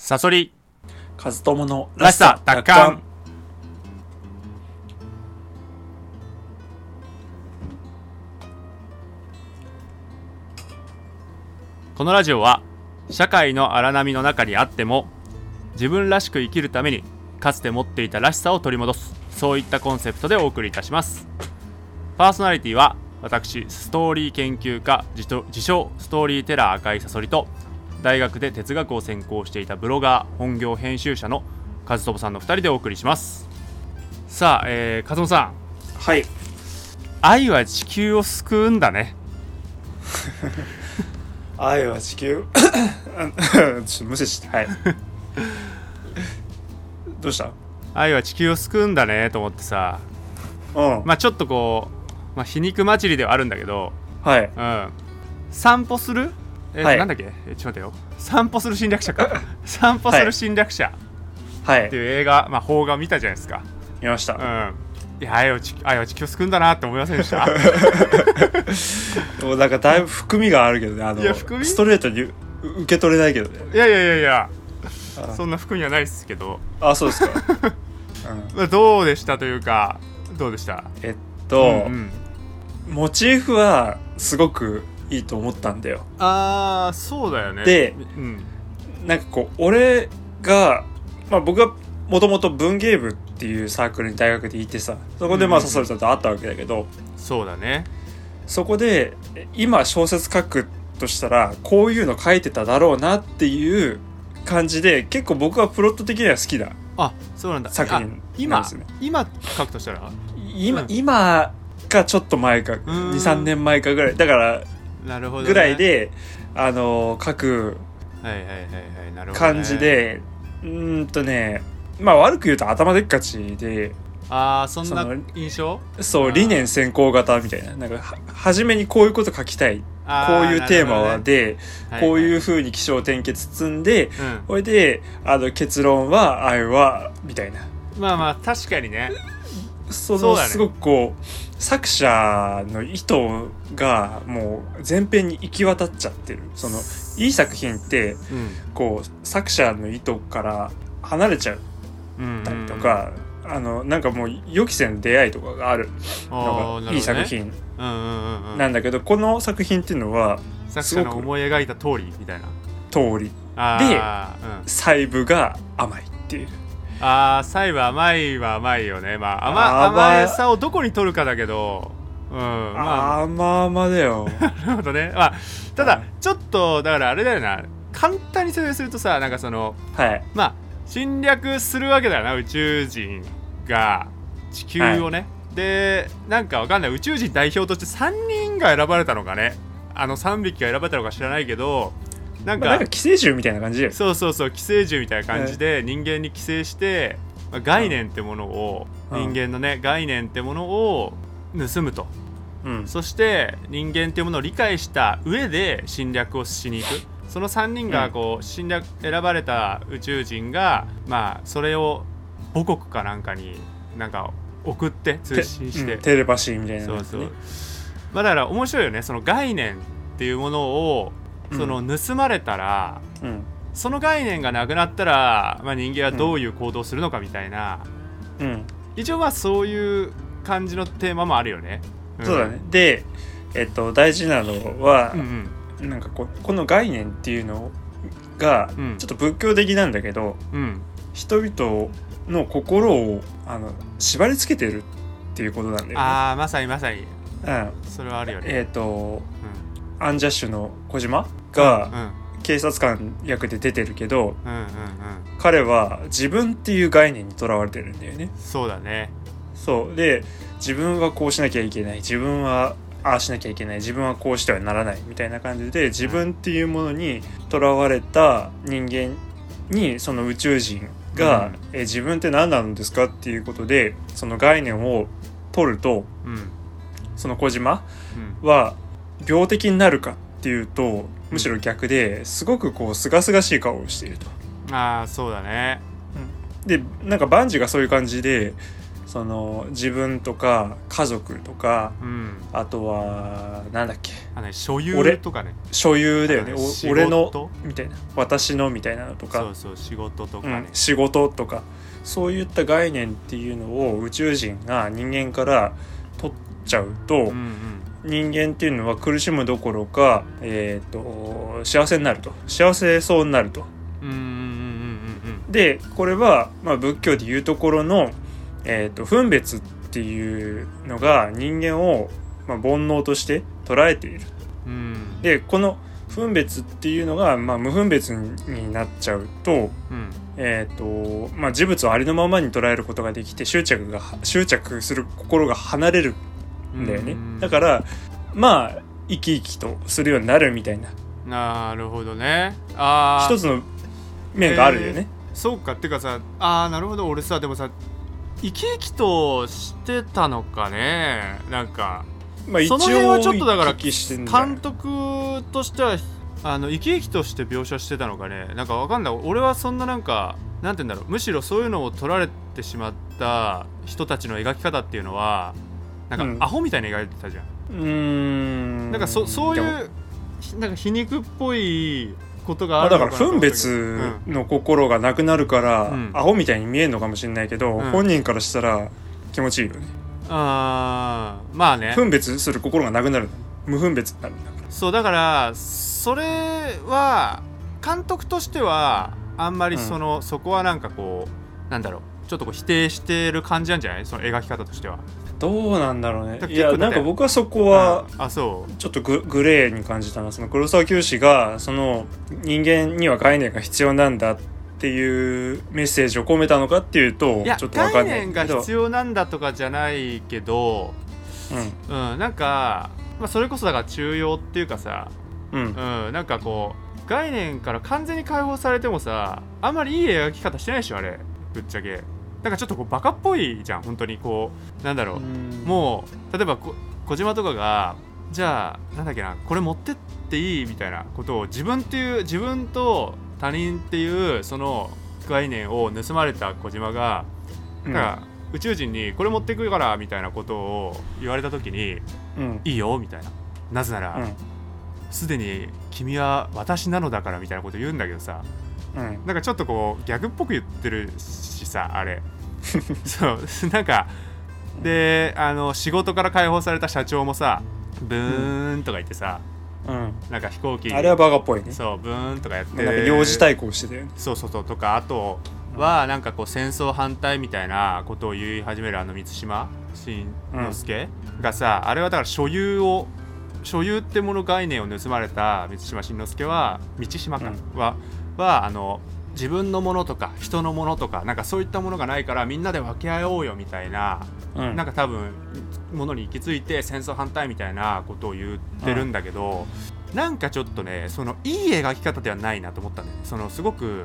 サソリカズトモのらしさ奪還。このラジオは社会の荒波の中にあっても自分らしく生きるためにかつて持っていたらしさを取り戻す、そういったコンセプトでお送りいたします。パーソナリティは私、ストーリー研究家自称ストーリーテラー赤いサソリと、大学で哲学を専攻していたブロガー本業編集者のカズトモさんの2人でお送りします。さあ、カズトモさん、 はい。 愛は地球を救うんだね。 愛は地球ちょっと無視して、はい。どうした？ 愛は地球を救うんだねと思ってさ、 うん。 ちょっとこう、皮肉交じりではあるんだけど、 はい。 散歩する、 はいなんだっけ、ちょっと待てよ、散歩する侵略者か散歩する侵略者はいっていう映画、邦画見たじゃないですか。 見ました。 いや、愛は地球を救うんだなって思いませんでした？ もうなんかだいぶ含みがあるけどね。 いや、含みストレートに受け取れないけどね。 いやそんな含みはないですけど。 あ、そうですか。 どうでしたというか、どうでした？ モチーフはすごくいいと思ったんだよ。 そうだよね。 で、なんかこう俺が、僕はもともと文芸部っていうサークルに大学でいてさ、そこでサソリさんと会ったわけだけど、 そうだね。 そこで今小説書くとしたらこういうの書いてただろうなっていう感じで、結構僕はプロット的には好きだ。 そうなんだ。 作品なんですね。 今書くとしたら今かちょっと前か 2,3 年前かぐらいだからなるほど、ね、 ぐらいで書く感じで、悪く言うと頭でっかちで、 そんな印象？ そう理念先行型みたいな、なんか初めにこういうこと書きたい、こういうテーマで、こういう風に起承転結積んで、これで結論は愛はみたいな。 確かにね。 そうだね、すごくこう作者の意図がもう前編に行き渡っちゃってる。そのいい作品って、こう作者の意図から離れちゃったりとか、なんかもう予期せぬ出会いとかがあるのがいい作品なんだけど、この作品っていうのは作者の思い描いた通りみたいな通りで、細部が甘いっていう。 細部甘いは甘いよね。甘さをどこに取るかだけど、甘だよ。なるほどね。ただちょっとだからあれだよな、簡単に説明するとさ、なんかその、侵略するわけだよな、宇宙人が地球をね。でなんかわかんない、宇宙人代表として3人が選ばれたのかね、3匹が選ばれたのか知らないけど、なんか寄生獣みたいな感じで、 そう寄生獣みたいな感じで人間に寄生して、概念ってものを、人間のね概念ってものを盗むと、そして人間っていうものを理解した上で侵略をしに行く。その3人がこう選ばれた宇宙人が、それを母国かなんかになんか送って通信して、 テレパシーみたいな、ね、 だから面白いよね。その概念っていうものをその盗まれたら、その概念がなくなったら、人間はどういう行動をするのかみたいな、一応そういう感じのテーマもあるよね。 そうだね。で、大事なのは、なんかこの概念っていうのがちょっと仏教的なんだけど、人々の心を縛り付けてるっていうことなんだよね。 まさに、それはあるよね。 アンジャッシュの小島が警察官役で出てるけど、彼は自分っていう概念にとらわれてるんだよね。 そうだね。 そうで、自分はこうしなきゃいけない、自分はああしなきゃいけない、自分はこうしてはならないみたいな感じで、自分っていうものにとらわれた人間にその宇宙人が、自分って何なんですかっていうことでその概念を取ると、その小島は病的になるかっていうと、むしろ逆ですごくこう清々しい顔をしていると。 そうだね。 でなんかバンジがそういう感じで、 その自分とか家族とか、 うん、 あとはなんだっけ、 所有とかね、 所有だよね、俺のみたいな、私のみたいなのとか、 そうそう、仕事とかね、 仕事とか、そういった概念っていうのを宇宙人が人間から取っちゃうと、うんうん、人間っていうのは苦しむどころか、幸せになると、幸せそうになると、でこれは、まあ、仏教でいうところの、分別っていうのが人間を、まあ、煩悩として捉えている、うん、でこの分別っていうのが、まあ、無分別になっちゃうと、うん、まあ、事物をありのままに捉えることができて執着する心が離れるんだよね、うん、だからまあ生き生きとするようになるみたいな、 なるほどね、 一つの面があるよね、 そうか、ってかさ、なるほど、俺さ、でもさ、生き生きとしてたのかね、なんか、まあ、その辺はちょっとだから監督としては生き生きとして描写してたのかね、なんかわかんない。俺はそんななんかなんて言うんだろう、むしろそういうのを取られてしまった人たちの描き方っていうのはなんかアホみたいに描いてたじゃん。なんかそういうなんか皮肉っぽいことがあるのかな。 だから分別の心がなくなるから、アホみたいに見えるのかもしれないけど、本人からしたら気持ちいいよね。 まあね、 分別する心がなくなる、無分別になるんだから。 そうだからそれは監督としてはあんまりそこはなんかこうなんだろう、ちょっとこう否定してる感じなんじゃない、その描き方としては。 どうなんだろうね。いやなんか僕はそこはちょっとグレーに感じたな。その黒沢清がその人間には概念が必要なんだっていうメッセージを込めたのかっていうとちょっと分かんないけど、 概念が必要なんだとかじゃないけど、なんか、まあ、それこそだから中庸っていうかさ、なんかこう概念から完全に解放されてもさ、あんまりいい描き方してないでしょあれ、ぶっちゃけ。なんかちょっとこうバカっぽいじゃん本当に。こうなんだろう、もう例えば小島とかがじゃあなんだっけな、これ持ってっていいみたいなことを自分と他人っていうその概念を盗まれた小島が、なんか宇宙人にこれ持っていくからみたいなことを言われた時に、いいよみたいな、なぜなら、すでに君は私なのだからみたいなこと言うんだけどさ、なんかちょっとこうギャグっぽく言ってるしさあれそうなんかで仕事から解放された社長もさブーンとか言ってさ、なんか飛行機あれはバカっぽいね。 そうブーンとかやってなんか幼児対抗してたよね。 そうとか、あとはなんかこう戦争反対みたいなことを言い始める満島真之介がさ、あれはだから所有ってもの概念を盗まれた満島真之介は自分のものとか人のものとかなんかそういったものがないからみんなで分け合おうよみたいな、なんか多分ものに行き着いて戦争反対みたいなことを言ってるんだけど、なんかちょっとねそのいい描き方ではないなと思ったんだよね。そのすごく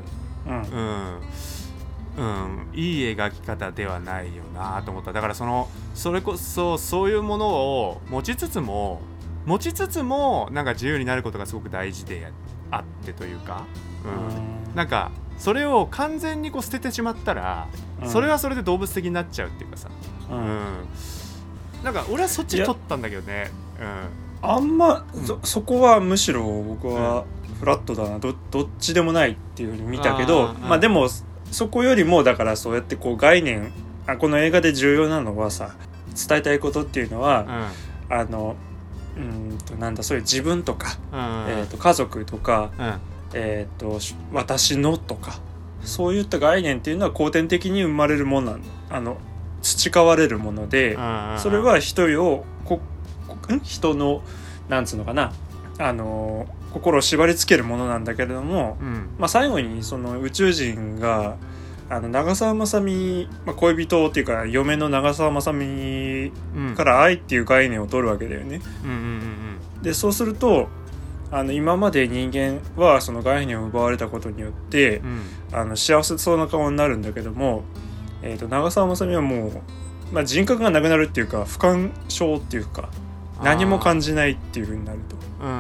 いい描き方ではないよなと思った。だからそれこそそういうものを持ちつつもなんか自由になることがすごく大事であってというか、なんかそれを完全にこう捨ててしまったら、それはそれで動物的になっちゃうっていうかさ、なんか俺はそっち取ったんだけどね。 あんま、そこはむしろ僕はフラットだな、どっちでもないっていう風に見たけど、まあでもそこよりもだからそうやってこう概念、この映画で重要なのはさ、伝えたいことっていうのは、なんだそういう自分とか、家族とか、私のとかそういった概念っていうのは後天的に生まれるものなの、培われるもので、それは人のなんつうのかな、心を縛り付けるものなんだけれども、まあ、最後にその宇宙人が長澤まさみ、恋人っていうか嫁の長澤まさみから愛っていう概念を取るわけだよね。でそうすると今まで人間はその概念を奪われたことによって、幸せそうな顔になるんだけども、長澤まさみはもう、人格がなくなるっていうか不感症っていうか何も感じないっていう風になると、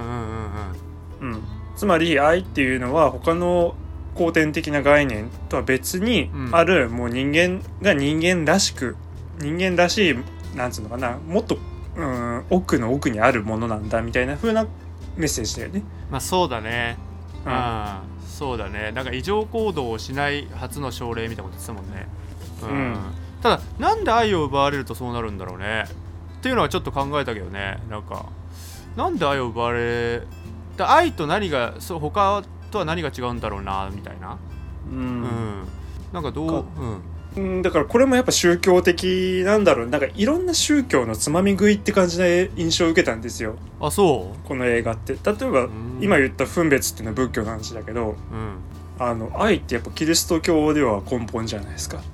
つまり愛っていうのは他の後天的な概念とは別にある、もう人間が人間らしく人間らしいなんつうのかな、もっと奥の奥にあるものなんだみたいな風なメッセージだよね。 まあそうだね、そうだね。なんか異常行動をしない初の症例みたいなこと言ってたもんね。ただなんで愛を奪われるとそうなるんだろうねっていうのはちょっと考えたけどね。なんで愛を奪われだ、愛と何が他とは何が違うんだろうなみたいな。なんかどうだからこれもやっぱ宗教的なんだろう。なんかいろんな宗教のつまみ食いって感じの印象を受けたんですよ。 あ、そうこの映画って。例えば今言った分別っていうのは仏教の話だけど、愛ってやっぱキリスト教では根本じゃないですか。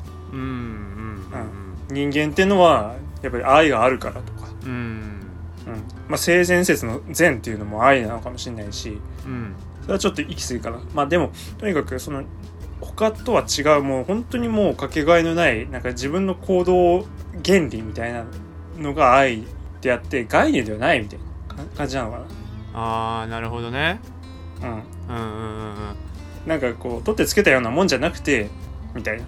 人間っていうのはやっぱり愛があるからとか、まあ、性善説の善っていうのも愛なのかもしれないし、それはちょっと行き過ぎかな。まあでもとにかくその他とは違う、もう本当にもうかけがえのないなんか自分の行動原理みたいなのが愛であって概念ではないみたいな感じなのかな。 なるほどね。 なんかこう取ってつけたようなもんじゃなくてみたいな。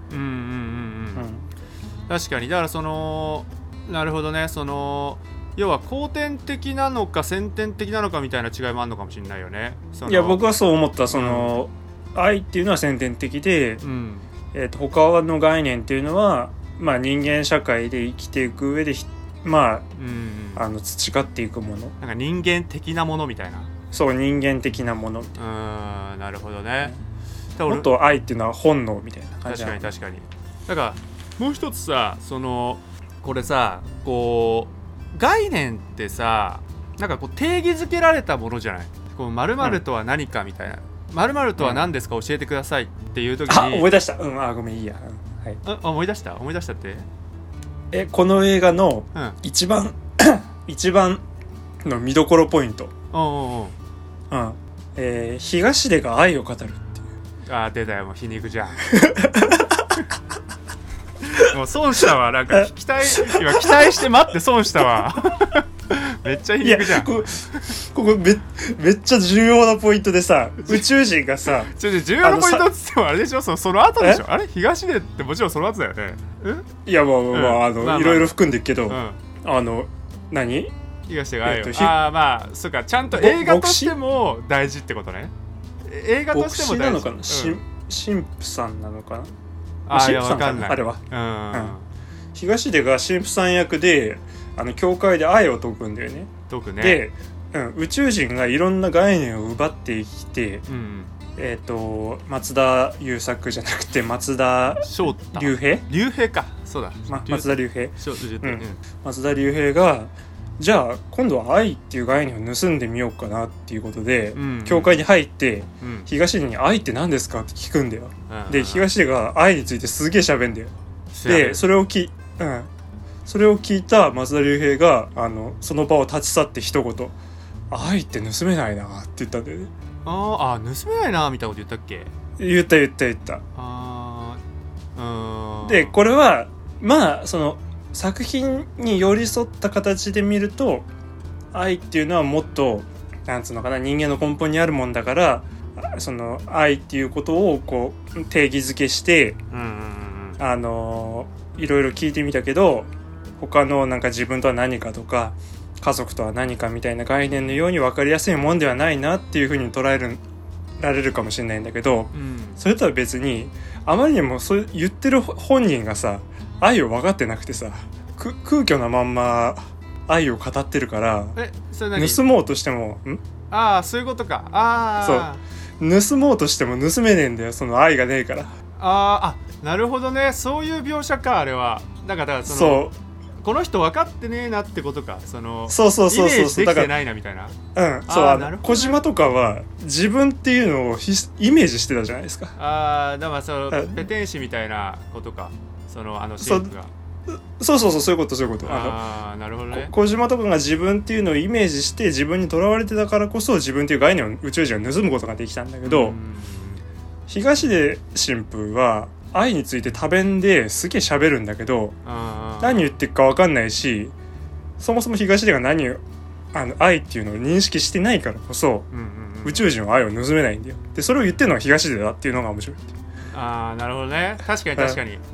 確かに。だからそのなるほどね、その要は後天的なのか先天的なのかみたいな違いもあるのかもしれないよね。 いや僕はそう思った。その、愛っていうのは先天的で、他の概念っていうのは、まあ、人間社会で生きていく上でまあ、培っていくもの、 なんか人間的なものみたいな。 そう、人間的なもの。 なるほどね。 もっと愛っていうのは本能みたいな感じ。 確かに。だからもう一つさ、そのこれさ、こう概念ってさ、なんかこう定義づけられたものじゃない。こう〇〇とは何かみたいな、〇〇とは何ですか教えてくださいっていう時に、 思い出した。ごめんいいや。 思い出したってこの映画の一番の見どころポイント。東出が愛を語るっていう。 出たよ、もう皮肉じゃん。もう損したわ。なんか期待して待って損したわ。めっちゃ皮肉じゃん。ここめっちゃ重要なポイントでさ、宇宙人がさ重要なポイントっつってもあれでしょ、その後でしょ。あれ東出ってもちろんその後だよね。 いやもういろいろ含んでるけど、何東出が愛を、まあそうか、ちゃんと映画としても大事ってことね。映画としても大事なのかな。 神父さんなのかな。 いやわかんない。 あれは東出が神父さん役で教会で愛を説くんだよね。で、宇宙人がいろんな概念を奪ってきて、松田優作じゃなくて松田龍平か。そうだ、松田龍平、松田龍平がじゃあ今度は愛っていう概念を盗んでみようかなっていうことで、教会に入って、東出に愛って何ですかって聞くんだよ。で東出が愛についてすげえ喋んだよ。でそれを聞いた松田龍平がその場を立ち去って一言、愛って盗めないなって言ったんだよね。 盗めないなみたいなこと言ったっけ。 言ったで、これはまあその作品に寄り添った形で見ると、愛っていうのはもっとなんつうのかな、人間の根本にあるもんだから、その愛っていうことをこう定義づけして、いろいろ聞いてみたけど、他のなんか自分とは何かとか家族とは何かみたいな概念のように分かりやすいもんではないなっていう風に捉えられるかもしれないんだけど、それとは別にあまりにもそう言ってる本人がさ、愛を分かってなくてさ、空虚なまんま愛を語ってるから、盗もうとしてもそういうことか。 盗もうとしても盗めねえんだよ、その愛がねえから。 なるほどね。そういう描写か、あれは。だからそのこの人分かってねえなってことか。そうイメージできてないなみたいな。 小島とかは自分っていうのをイメージしてたじゃないですか。 だからペテン師みたいなことか。シーンが。 そういうこと。 なるほどね。 小島とかが自分っていうのをイメージして自分にとらわれてたからこそ、自分っていう概念を宇宙人が盗むことができたんだけど、東出神父は愛について多弁ですげえ喋るんだけど、何言ってるか分かんないし、そもそも東出が愛っていうのを認識してないからこそ、宇宙人は愛を盗めないんだよ。でそれを言ってるのが東出だっていうのが面白い。 なるほどね。確かに、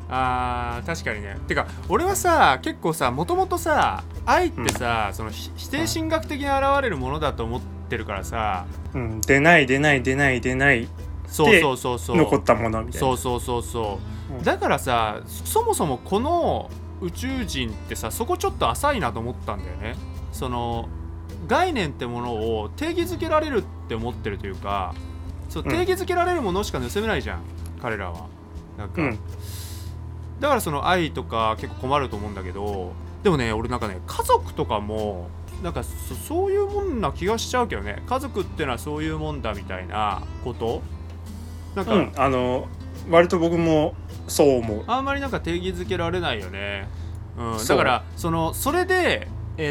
確かにね。てか俺はさ結構さもともとさ愛ってさ、その否定神学的に現れるものだと思ってるからさ、 出ないそう残ったものみたいな。 そう、だからさそもそもこの宇宙人ってさそこちょっと浅いなと思ったんだよね。その概念ってものを定義づけられるって思ってるというか、そう定義づけられるものしか盗めないじゃん彼らは。なんか、だからその愛とか結構困ると思うんだけど、でもね俺なんかね家族とかもなんかそういうもんな気がしちゃうけどね。家族ってのはそういうもんだみたいなことなんか、 割と僕もそう思う。 あんまりなんか定義づけられないよね。だからそれで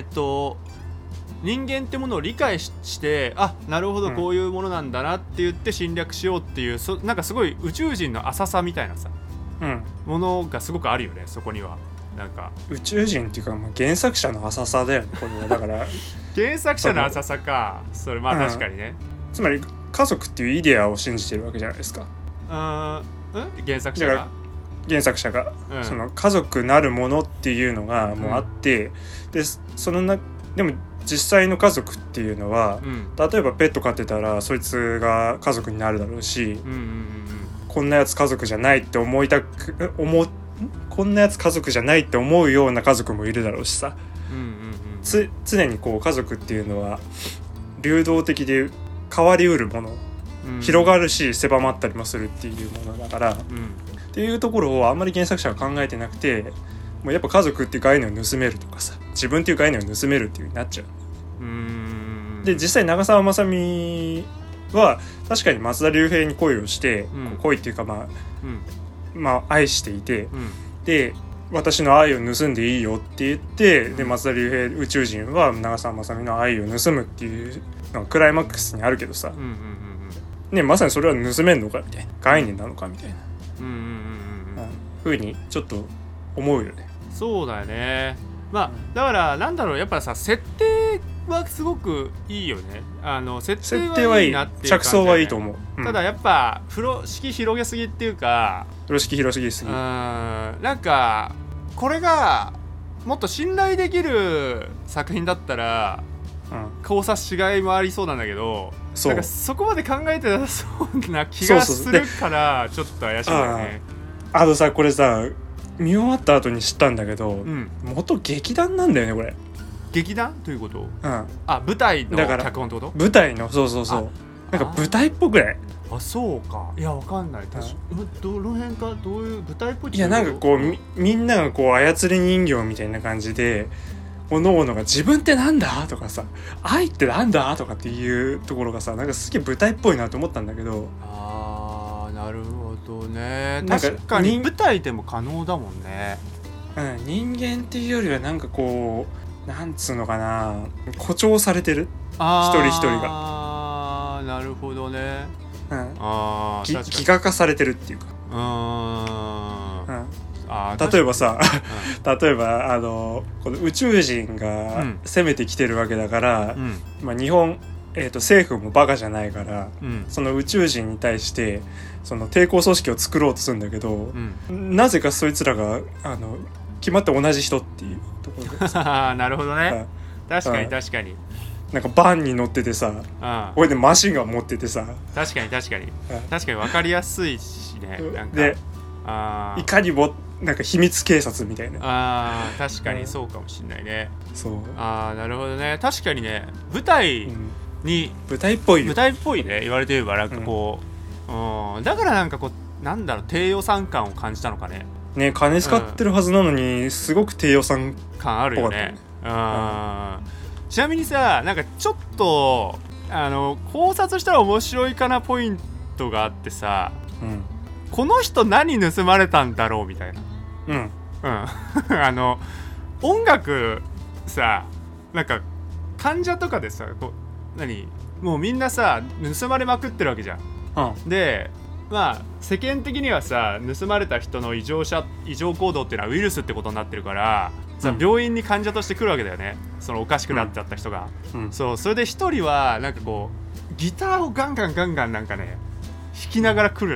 人間ってものを理解してなるほどこういうものなんだなって言って侵略しようっていう、なんかすごい宇宙人の浅さみたいなさ、ものがすごくあるよねそこには。なんか宇宙人っていうか原作者の浅さだよねこれは。だから原作者の浅さか。それ確かにね、 つまり家族っていうイデアを信じてるわけじゃないですか。 原作者が、 その家族なるものっていうのがもうあって、ででも実際の家族っていうのは、例えばペット飼ってたらそいつが家族になるだろうし、こんなやつ家族じゃないってこんなやつ家族じゃないって思うような家族もいるだろうしさ、常にこう家族っていうのは流動的で変わりうるもの、広がるし狭まったりもするっていうものだから、っていうところをあんまり原作者は考えてなくて、もうやっぱ家族っていう概念を盗めるとかさ、自分っていう概念を盗めるっていう風になっちゃう。で実際長澤まさみは確かに松田龍平に恋をして、恋っていうか愛していて、で私の愛を盗んでいいよって言って、で松田龍平宇宙人は長澤まさみの愛を盗むっていうのがクライマックスにあるけどさ、ね、まさにそれは盗めんのかみたいな、概念なのかみたいな風にちょっと思うよね。 そうだよね。だからなんだろう、やっぱさ設定はすごくいいよね。設定はいいなっていう感じだよね。 着想はいいと思う、 ただやっぱ風呂敷広げすぎっていうか、 風呂敷広すぎなんかこれがもっと信頼できる作品だったら、考察しがいもありそうなんだけど、なんかそこまで考えてなさそうな気がするからちょっと怪しいんだよね。 さこれさ見終わった後に知ったんだけど、元劇団なんだよねこれ。 劇団ということ？舞台の脚本ってこと？ 舞台のそうなんか舞台っぽくない？ そうか。いやわかんない。どの辺かどういう舞台っぽい？ いやなんかこうみんながこう操り人形みたいな感じで、各々が自分ってなんだとかさ、愛ってなんだとかっていうところがさ、なんかすげえ舞台っぽいなと思ったんだけど。 なるほどね。確かに舞台でも可能だもんね。 人間っていうよりはなんかこうなんつうのかな、誇張されてる一人一人が。 なるほどね。 ギガ化されてるっていうか。例えばさ、例えばこの宇宙人が攻めてきてるわけだから、日本政府もバカじゃないから、その宇宙人に対してその抵抗組織を作ろうとするんだけど、なぜかそいつらが決まって同じ人っていうところでなるほどね。確かになんかバンに乗っててさ、これでマシンガン持っててさ、 確かに分かりやすいしね。なんかでいかにもなんか秘密警察みたいな。 確かにそうかもしんないね。 なるほどね。確かにね、舞台っぽいね。言われてみればなんかこう、だからなんかこうなんだろう、低予算感を感じたのかね。 金使ってるはずなのに、すごく低予算感あるよね。ちなみにさ、なんかちょっと考察したら面白いかなポイントがあってさ、この人何盗まれたんだろうみたいな。音楽さ、なんか患者とかでさ、もうみんなさ盗まれまくってるわけじゃん。で世間的にはさ、盗まれた人の異常行動っていうのはウイルスってことになってるから、病院に患者として来るわけだよね。そのおかしくなっちゃった人が、それで一人はなんかこうギターをガンガンなんかね弾きながら来るの。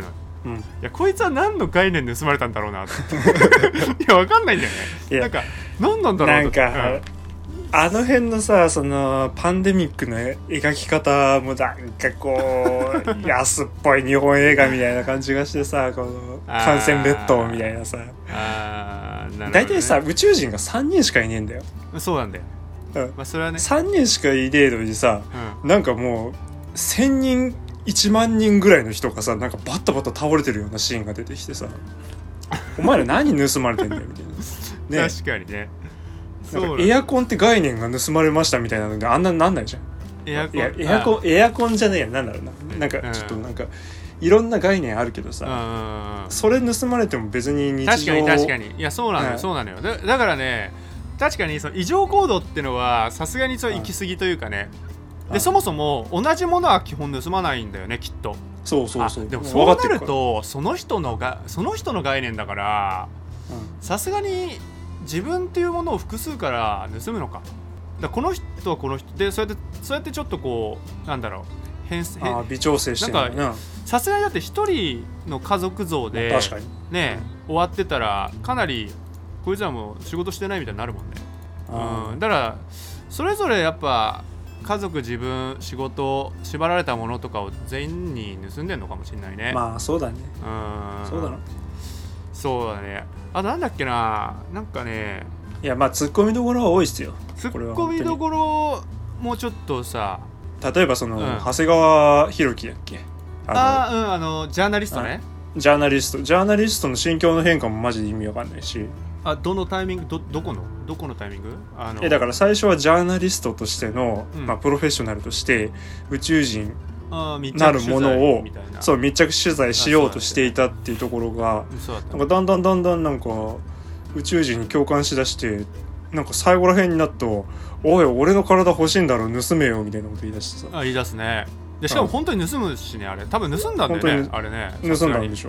うん、 いやこいつは何の概念盗まれたんだろうなっていや分かんないんだよね。いやなんか何なんだろうなんか、あの辺のさそのパンデミックの描き方もなんかこう安っぽい日本映画みたいな感じがしてさこの感染列島みたいなさなるほど、ね、 大体さ宇宙人が3人しかいねえんだよ。 そうなんだよ、まあ、それはね 3人しかいねえのにさ、なんかもう1000人1万人ぐらいの人がさなんかバッタバタ倒れてるようなシーンが出てきてさお前ら何盗まれてんだよみたいな、 ね、確かにね。 なんかエアコンって概念が盗まれましたみたいなのであんななんないじゃん。エアコンじゃねえやなんだろうな、なんかちょっとなんかいろんな概念あるけどさ、それ盗まれても別に日常確かにいやそうなのよ、そうなのよ。だからね確かにその異常行動ってのはさすがにそう行き過ぎというかね、でそもそも同じものは基本盗まないんだよねきっと。 そうそうそう。 でもそうなるとその人の概念だからさすがに自分っていうものを複数から盗むのか。だこの人はこの人でそうやってちょっとこうなんだろう微調整してるなんかさすがにだって一人の家族像で、 確かにね、終わってたらかなりこいつらも仕事してないみたいになるもんね。だからそれぞれやっぱ家族自分仕事縛られたものとかを全員に盗んでんのかもしれないね。 まあそうだね。そうだな。 そうだね。あとなんだっけな、なんかね、 いやまあツッコミどころは多いっすよ。 ツッコミどころもうちょっとさ、 例えばその、長谷川博己だっけ、 ジャーナリストね。 ジャーナリストの心境の変化もマジで意味わかんないし、 どのタイミングどこのタイミング？ だから最初はジャーナリストとしての、プロフェッショナルとして宇宙人なるものをそう密着取材しようとしていたっていうところが、なんかだんだんなんか宇宙人に共感しだして、なんか最後らへんになるとおい俺の体欲しいんだろ盗めよみたいなこと言い出してさ、 言い出すね。でしかも本当に盗むしね、あれ多分盗んだんだよね、あれね。 盗んだんでしょ。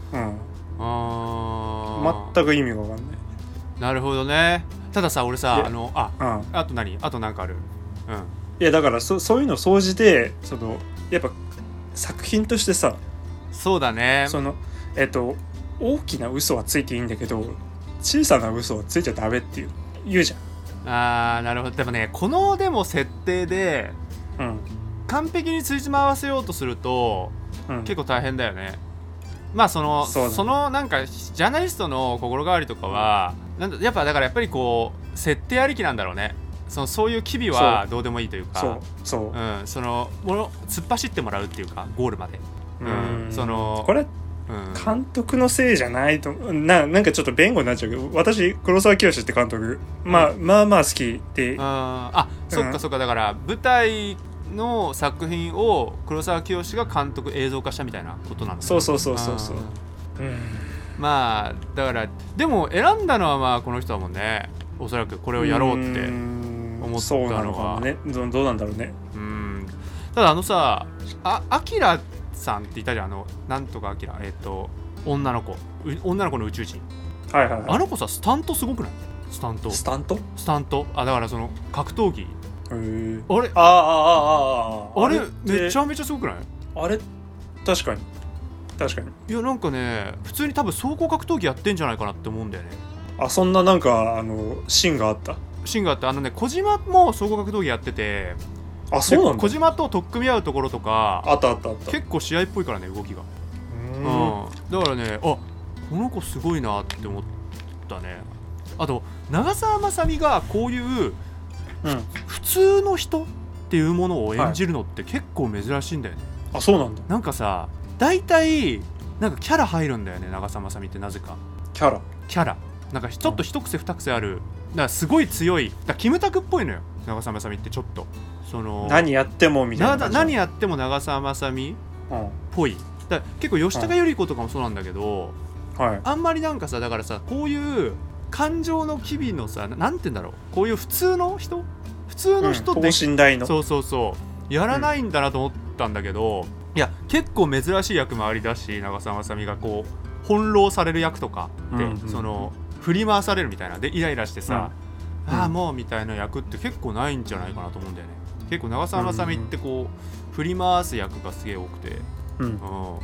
全く意味が分かんない。 なるほどね。たださ俺さあと何？あとなんかある？ いやだからそういうのを総じてそのやっぱ作品としてさ、 そうだね。 その大きな嘘はついていいんだけど小さな嘘はついちゃダメって言うじゃん。なるほど。でもねこのでも設定で、完璧についつま合わせようとすると、結構大変だよね。まあそのなんかジャーナリストの心変わりとかはやっぱりこう設定ありきなんだろうね。そういう機微はどうでもいいというか、そのもの突っ走ってもらうっていうかゴールまで。 これ監督のせいじゃないとなんかちょっと弁護になっちゃうけど、私黒沢清って監督まあ好きで、 そっかだから舞台の作品を黒沢清が監督映像化したみたいなことなの。 そう、 まあだからでも選んだのはまあこの人だもんね。おそらくこれをやろうって思ったのは。そうなのかもね。どうなんだろうね。たださアキラさんっていたじゃん、なんとかアキラ女の子の宇宙人。あの子さスタントすごくない？スタントだからその格闘技あれめちゃめちゃすごくない？ あれ確かにいやなんかね普通に多分総合格闘技やってんじゃないかなって思うんだよね。 そんななんかシーンがあった小島も総合格闘技やってて、 そうなんだ。 小島と取っ組み合うところとかあった結構試合っぽいからね動きが。だからねこの子すごいなって思ったね。あと長澤まさみがこういう普通の人っていうものを演じるのって結構珍しいんだよね。 そうなんだ。 なんかさ大体なんかキャラ入るんだよね長澤まさみって。なぜかキャラなんかちょっと一癖二癖ある。だからすごい強い。だからキムタクっぽいのよ長澤まさみって。ちょっと何やってもみたいな。 何やっても長澤まさみっぽい。だから結構吉高由里子とかもそうなんだけど、あんまりなんかさだからさこういう感情の機微のさなんて言うんだろう、こういう普通の人って等身大のそうやらないんだなと思ったんだけど、いや結構珍しい役もありだし、長澤まさみがこう翻弄される役とかで、振り回されるみたいなでイライラしてさ、もうみたいな役って結構ないんじゃないかなと思うんだよね。結構長澤まさみってこう振り回す役がすげえ多くて、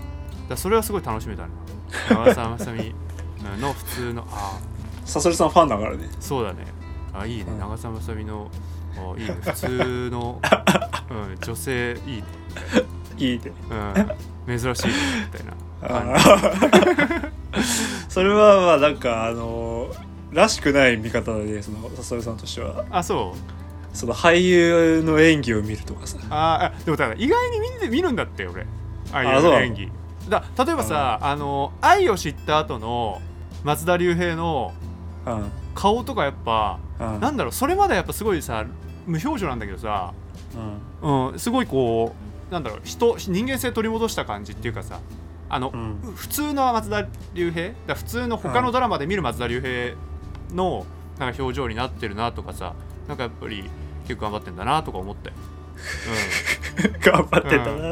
だそれはすごい楽しめたね。長澤まさみの普通のサソリさんファンだからね。 そうだね。いいね、長澤まさみのいいね、普通の、女性いいねいいね、 珍しいねみたいなそれはまあなんからしくない見方で、そのサソリさんとしては。その俳優の演技を見るとかさ。 でもだから意外に見るんだって俺、ああいう演技例えばさ、愛を知った後の松田龍平の顔とかやっぱ、なんだろう、それまでやっぱすごいさ無表情なんだけどさ、すごいこうなんだろう、人間性取り戻した感じっていうかさ、普通の松田龍平普通の他のドラマで見る松田龍平のなんか表情になってるなとかさ、なんかやっぱり結構頑張ってんだなとか思って、 頑張ってんだなって、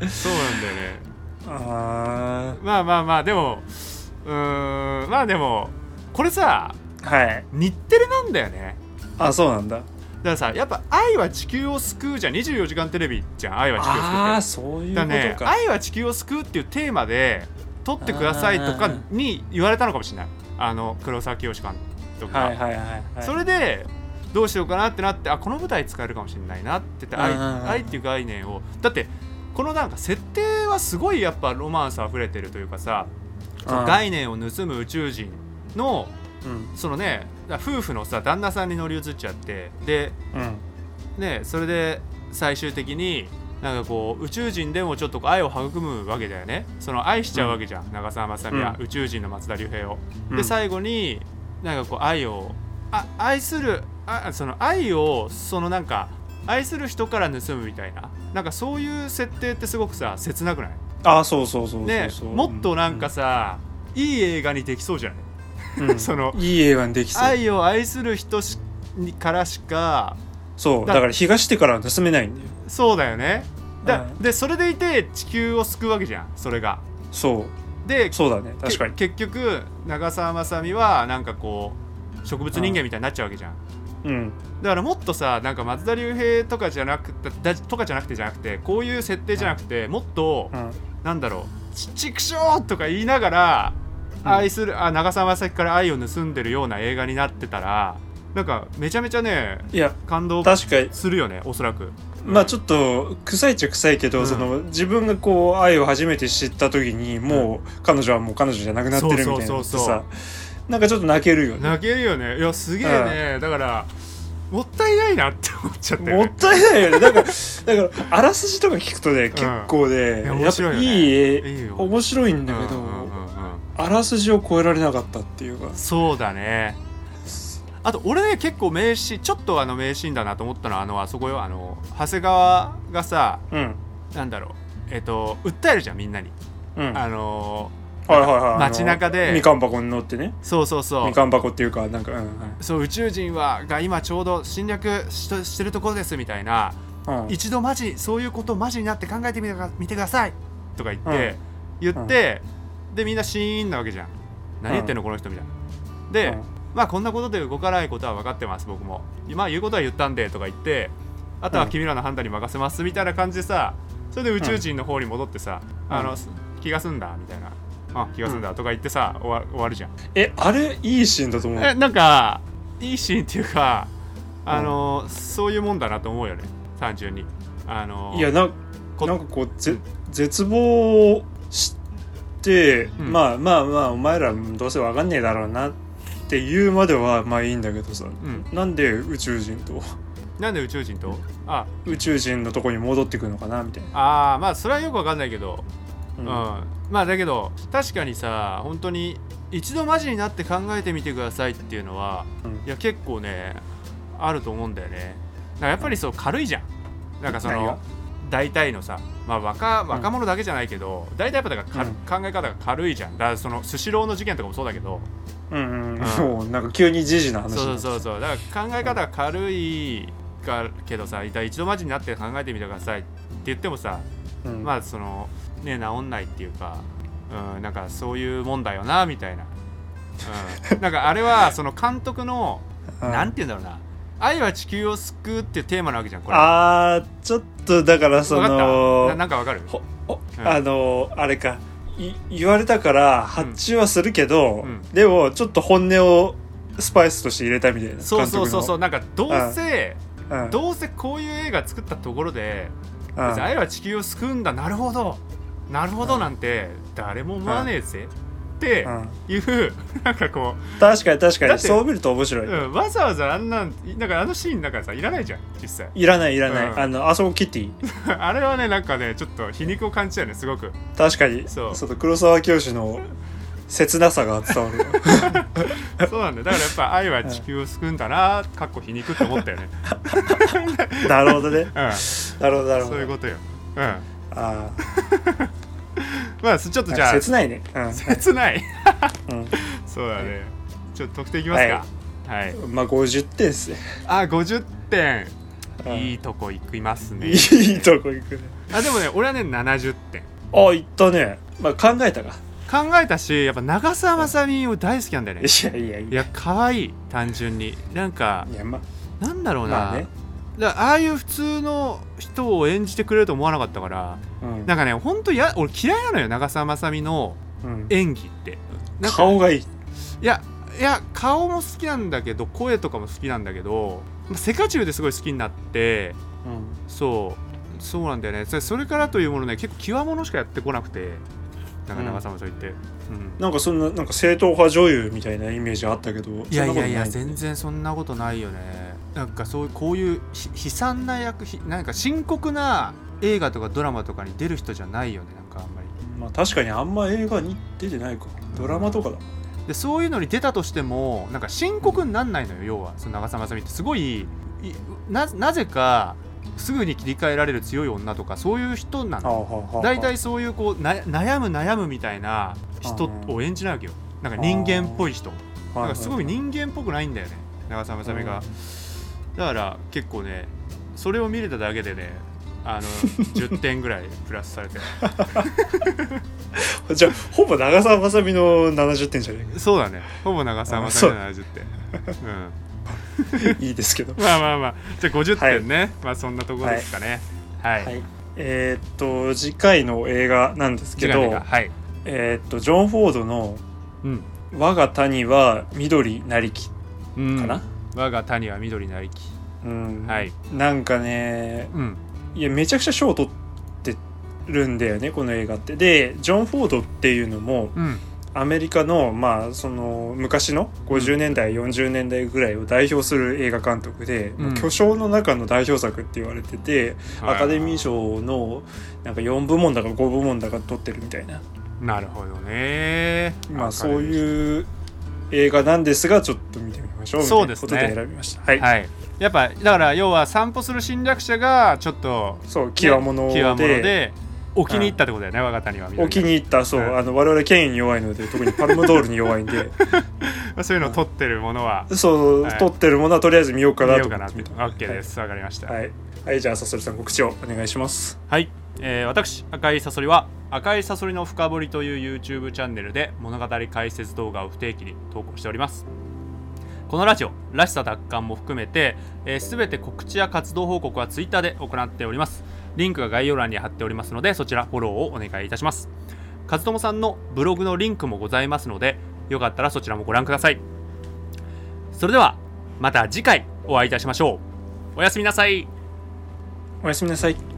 そうなんだよね。まあでもまあでもこれさ、日テレなんだよね。 そうなんだ。 だからさ、やっぱ愛は地球を救うじゃん、24時間テレビじゃん、愛は地球を救うって。 そういうことか。 ね、愛は地球を救うっていうテーマで撮ってくださいとかに言われたのかもしれない、黒沢清監督が。それでどうしようかなってなって、この舞台使えるかもしれないなって言って、愛っていう概念を、だってこのなんか設定はすごいやっぱロマンスあふれてるというかさ、その概念を盗む宇宙人の、そのね、夫婦のさ旦那さんに乗り移っちゃって、で、ね、それで最終的になんかこう宇宙人でもちょっと愛を育むわけだよね。その愛しちゃうわけじゃん、長澤まさみは、宇宙人の松田龍平を。で最後になんかこう愛を愛するその愛をそのなんか愛する人から盗むみたいな、なんかそういう設定ってすごくさ切なくない？ そうね、もっとなんかさ、いい映画にできそうじゃない？そのいい映画にできそう。 愛を愛する人からしか、 そうだから東手からは盗めないんだよ。 そうだよね。でそれでいて地球を救うわけじゃん、それが。 そうだね、確かに。 結局長澤まさみはなんかこう植物人間みたいになっちゃうわけじゃん。だからもっとさ、なんか松田龍平とかじゃなくてこういう設定じゃなくて、もっと、なんだろう、ちくしょうとか言いながら愛する、長澤まさみから愛を盗んでるような映画になってたら、なんかめちゃめちゃね、感動するよね、おそらく。 まあちょっと臭いっちゃ臭いけど、その自分がこう愛を初めて知った時にもう彼女はもう彼女じゃなくなってるみたいなのってさ、なんかちょっと泣けるよね。 いやすげえね、だからもったいないなって思っちゃって、 もったいないよね。だからあらすじとか聞くとね、結構ね、やっぱ面白いんだけど、あらすじを超えられなかったっていうか。 そうだね。あと俺ね、結構名シーン、ちょっと名シーンだなと思ったのはあそこよ、長谷川がさ、なんだろう、訴えるじゃんみんなに、街中でみかん箱に乗ってね。 そうみかん箱っていうかなんか、 そう宇宙人が今ちょうど侵略してるところですみたいな、一度そういうことをマジになって考えてみてくださいとか言って、でみんなシーンなわけじゃん。何言ってんのこの人みたいな。で、まあこんなことで動かないことは分かってます、僕も今言うことは言ったんでとか言って、あとは君らの判断に任せますみたいな感じでさ、それで宇宙人の方に戻ってさ、気が済んだみたいな、気が済んだとか言ってさ、終わるじゃん。 あれいいシーンだと思う。 なんかいいシーンっていうか、そういうもんだなと思うよね、単純に。 いやなんかこう絶望して、まあお前らどうせ分かんねえだろうなって言うまではまあいいんだけどさ、なんで宇宙人と宇宙人のとこに戻ってくるのかなみたいな。 まあそれはよく分かんないけど、まあだけど確かにさ、本当に一度マジになって考えてみてくださいっていうのは、いや結構ねあると思うんだよね。だからやっぱりそう軽いじゃん。なんかその大体のさ、まあ若者だけじゃないけど、大体やっぱだから考え方が軽いじゃん。だからそのスシローの事件とかもそうだけど、 もうなんか急に時事な話。 そうだから考え方が軽いけどさ、一度マジになって考えてみてくださいって言ってもさ、まあそのね治んないっていうか、なんかそういうもんだよなみたいな、なんかあれはその監督のなんて言うんだろうな、愛は地球を救うっていうテーマなわけじゃんこれ。 ちょっとだからそのなんかわかる？ あれか、 言われたから発注はするけど、でもちょっと本音をスパイスとして入れたみたいな。 そうなんかどうせこういう映画作ったところで別に愛は地球を救うんだ、なるほどなんて誰も思わねえぜっていう、なんかこう確かにそう見ると面白い、 わざわざなんかあのシーンなんかさいらないじゃん実際。 いらない、あそこキティあれはねなんかねちょっと皮肉を感じたよねすごく。 確かにそう黒沢清の切なさが伝わるそうなんだよ、だからやっぱ愛は地球を救うんだなかっこ皮肉って思ったよねなるほどね、なるほどそういうことよ。 あまあちょっとじゃあ切ないね、 切ないそうだね、ちょっと得点いきますか。はい、 まあ50点っすね。 50点、いいとこ行きますね。 いいとこ行くね。 でもね俺はね70点。 いったね。まあ考えたし、 やっぱ長澤まさみを大好きなんだよね。 いや可愛い単純になんかなんだろうな、ああいう普通の人を演じてくれると思わなかったから、なんかねほんと俺嫌いなのよ長澤まさみの演技って、 顔がいい。 いや顔も好きなんだけど声とかも好きなんだけどセカチュウですごい好きになって、そうなんだよね。それからというものね結構極物しかやってこなくて、なんか長澤まさみって、 なんかそんななんか正統派女優みたいなイメージあったけど、 いや全然そんなことないよね。なんかこういう悲惨ななんか深刻な映画とかドラマとかに出る人じゃないよね、なんかあんまり。 まあ確かにあんま映画に出てないか、ドラマとかだもんね。 でそういうのに出たとしてもなんか深刻になんないのよ、要はその長澤まさみってすごいなぜかすぐに切り替えられる強い女とかそういう人なの。だいたいそういうこう悩むみたいな人を演じないわけよ。なんか人間っぽい人、なんかすごい人間っぽくないんだよね長澤まさみが。だから結構ねそれを見れただけでね10点ぐらいプラスされてじゃあほぼ長澤まさみの70点じゃねえか。 そうだね、ほぼ長澤まさみの70点いいですけどまあじゃあ50点ね、まあそんなところですかね。 次回の映画なんですけど、ジョン・フォードの我が谷は緑なりきかな、 我が谷は緑なりき、 なんかね、いやめちゃくちゃ賞を取ってるんだよねこの映画って。でジョン・フォードっていうのも、アメリカのまあその昔の50年代、40年代ぐらいを代表する映画監督で、巨匠の中の代表作って言われてて、アカデミー賞のなんか4部門だか5部門だか取ってるみたいな。 なるほどね。 まあそういう映画なんですがちょっと見てみましょうみたいなことで選びました。 やっぱだから要は散歩する侵略者がちょっと極物でお気に入ったってことだよね、我が谷は。 お気に入った。我々権威に弱いので特にパルムドールに弱いんでそういうのを撮ってるものは撮ってるものはとりあえず見ようかなと思って。 OK です、わかりました。 じゃあサソリさん告知をお願いします。 私赤いサソリは赤いサソリの深掘りという YouTube チャンネルで物語解説動画を不定期に投稿しております。このラジオらしさ奪還も含めてすべて告知や活動報告は Twitter で行っております。リンクが概要欄に貼っておりますのでそちらフォローをお願いいたします。和友さんのブログのリンクもございますのでよかったらそちらもご覧ください。それではまた次回お会いいたしましょう。おやすみなさい。 おやすみなさい。